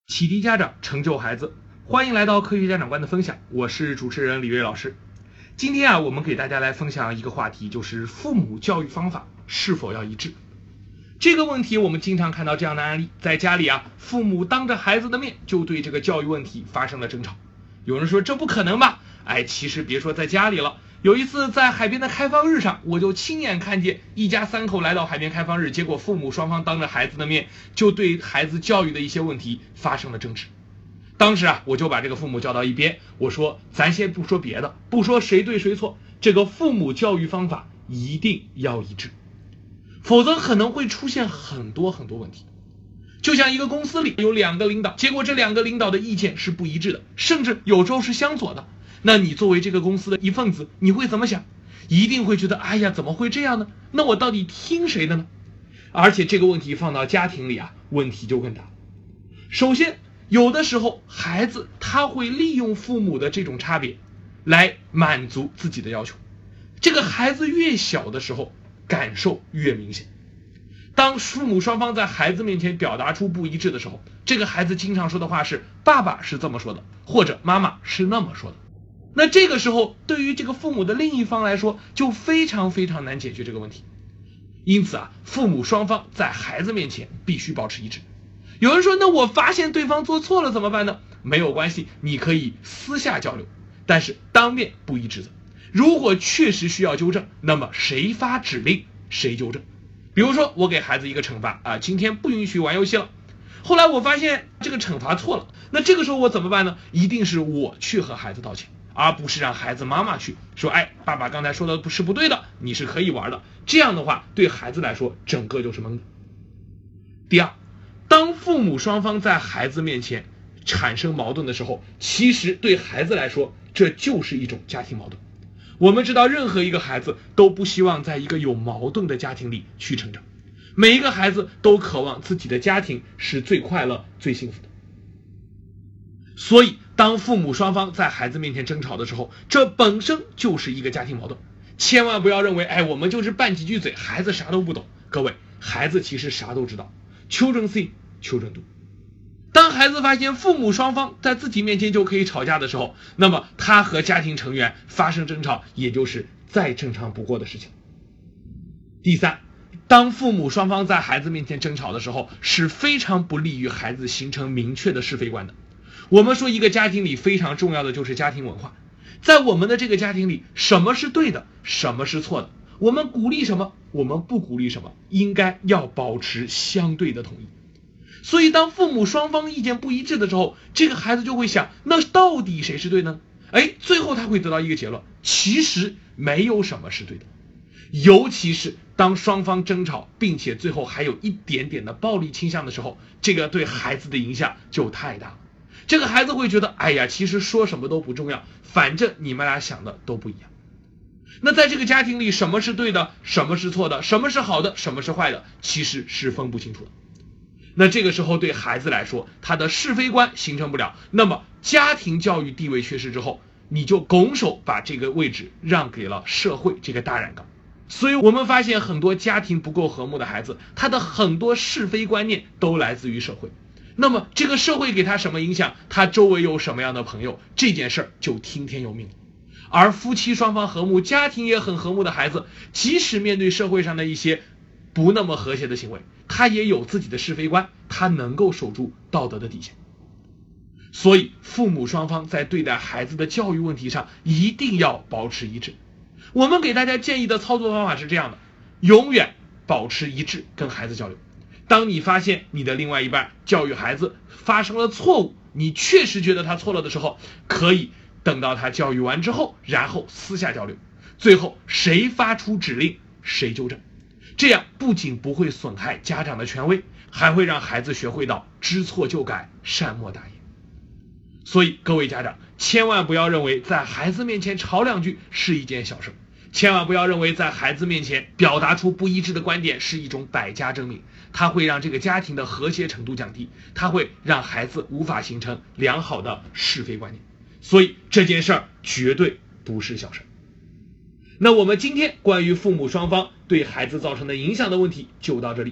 启迪家长，成就孩子，欢迎来到科学家长观的分享，我是主持人李瑞老师。今天我们给大家来分享一个话题，就是父母教育方法是否要一致。这个问题我们经常看到这样的案例，在家里父母当着孩子的面就对这个教育问题发生了争吵。有人说这不可能吧？其实别说在家里了，有一次在海边的开放日上，我就亲眼看见一家三口来到海边开放日，结果父母双方当着孩子的面就对孩子教育的一些问题发生了争执。当时我就把这个父母叫到一边，我说咱先不说别的，不说谁对谁错，这个父母教育方法一定要一致，否则可能会出现很多问题。就像一个公司里有两个领导，结果这两个领导的意见是不一致的，甚至有时候是相左的，那你作为这个公司的一份子，你会怎么想？一定会觉得怎么会这样呢？那我到底听谁的呢？而且这个问题放到家庭里问题就更大。首先，有的时候孩子他会利用父母的这种差别来满足自己的要求，这个孩子越小的时候感受越明显。当父母双方在孩子面前表达出不一致的时候，这个孩子经常说的话是爸爸是这么说的，或者妈妈是那么说的。那这个时候对于这个父母的另一方来说就非常难解决这个问题。因此父母双方在孩子面前必须保持一致。有人说那我发现对方做错了怎么办呢？没有关系，你可以私下交流，但是当面不一指责。如果确实需要纠正，那么谁发指令谁纠正。比如说我给孩子一个惩罚今天不允许玩游戏了，后来我发现这个惩罚错了，那这个时候我怎么办呢？一定是我去和孩子道歉，而不是让孩子妈妈去说爸爸刚才说的是不对的，你是可以玩的。这样的话对孩子来说整个就是懵的。第二，当父母双方在孩子面前产生矛盾的时候，其实对孩子来说这就是一种家庭矛盾。我们知道任何一个孩子都不希望在一个有矛盾的家庭里去成长，每一个孩子都渴望自己的家庭是最快乐最幸福的。所以当父母双方在孩子面前争吵的时候，这本身就是一个家庭矛盾。千万不要认为我们就是拌几句嘴，孩子啥都不懂。各位，孩子其实啥都知道。 Children see, children do。 当孩子发现父母双方在自己面前就可以吵架的时候，那么他和家庭成员发生争吵也就是再正常不过的事情。第三，当父母双方在孩子面前争吵的时候，是非常不利于孩子形成明确的是非观的。我们说一个家庭里非常重要的就是家庭文化，在我们的这个家庭里，什么是对的，什么是错的，我们鼓励什么，我们不鼓励什么，应该要保持相对的统一。所以当父母双方意见不一致的时候，这个孩子就会想，那到底谁是对呢？最后他会得到一个结论，其实没有什么是对的。尤其是当双方争吵并且最后还有一点点的暴力倾向的时候，这个对孩子的影响就太大了。这个孩子会觉得其实说什么都不重要，反正你们俩想的都不一样。那在这个家庭里，什么是对的，什么是错的，什么是好的，什么是坏的，其实是分不清楚的。那这个时候对孩子来说，他的是非观形成不了，那么家庭教育地位缺失之后，你就拱手把这个位置让给了社会这个大染缸。所以我们发现很多家庭不够和睦的孩子，他的很多是非观念都来自于社会。那么这个社会给他什么影响，他周围有什么样的朋友，这件事就听天由命了。而夫妻双方和睦，家庭也很和睦的孩子，即使面对社会上的一些不那么和谐的行为，他也有自己的是非观，他能够守住道德的底线。所以父母双方在对待孩子的教育问题上一定要保持一致。我们给大家建议的操作方法是这样的，永远保持一致跟孩子交流。当你发现你的另外一半教育孩子发生了错误，你确实觉得他错了的时候，可以等到他教育完之后，然后私下交流，最后谁发出指令谁纠正。这样不仅不会损害家长的权威，还会让孩子学会到知错就改，善莫大焉。所以各位家长千万不要认为在孩子面前吵两句是一件小事，千万不要认为在孩子面前表达出不一致的观点是一种百家争鸣，它会让这个家庭的和谐程度降低，它会让孩子无法形成良好的是非观念。所以这件事儿绝对不是小事。那我们今天关于父母双方对孩子造成的影响的问题就到这里。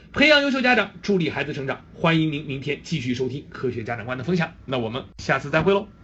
培养优秀家长，助力孩子成长。欢迎您明天继续收听科学家长观的分享。那我们下次再会喽。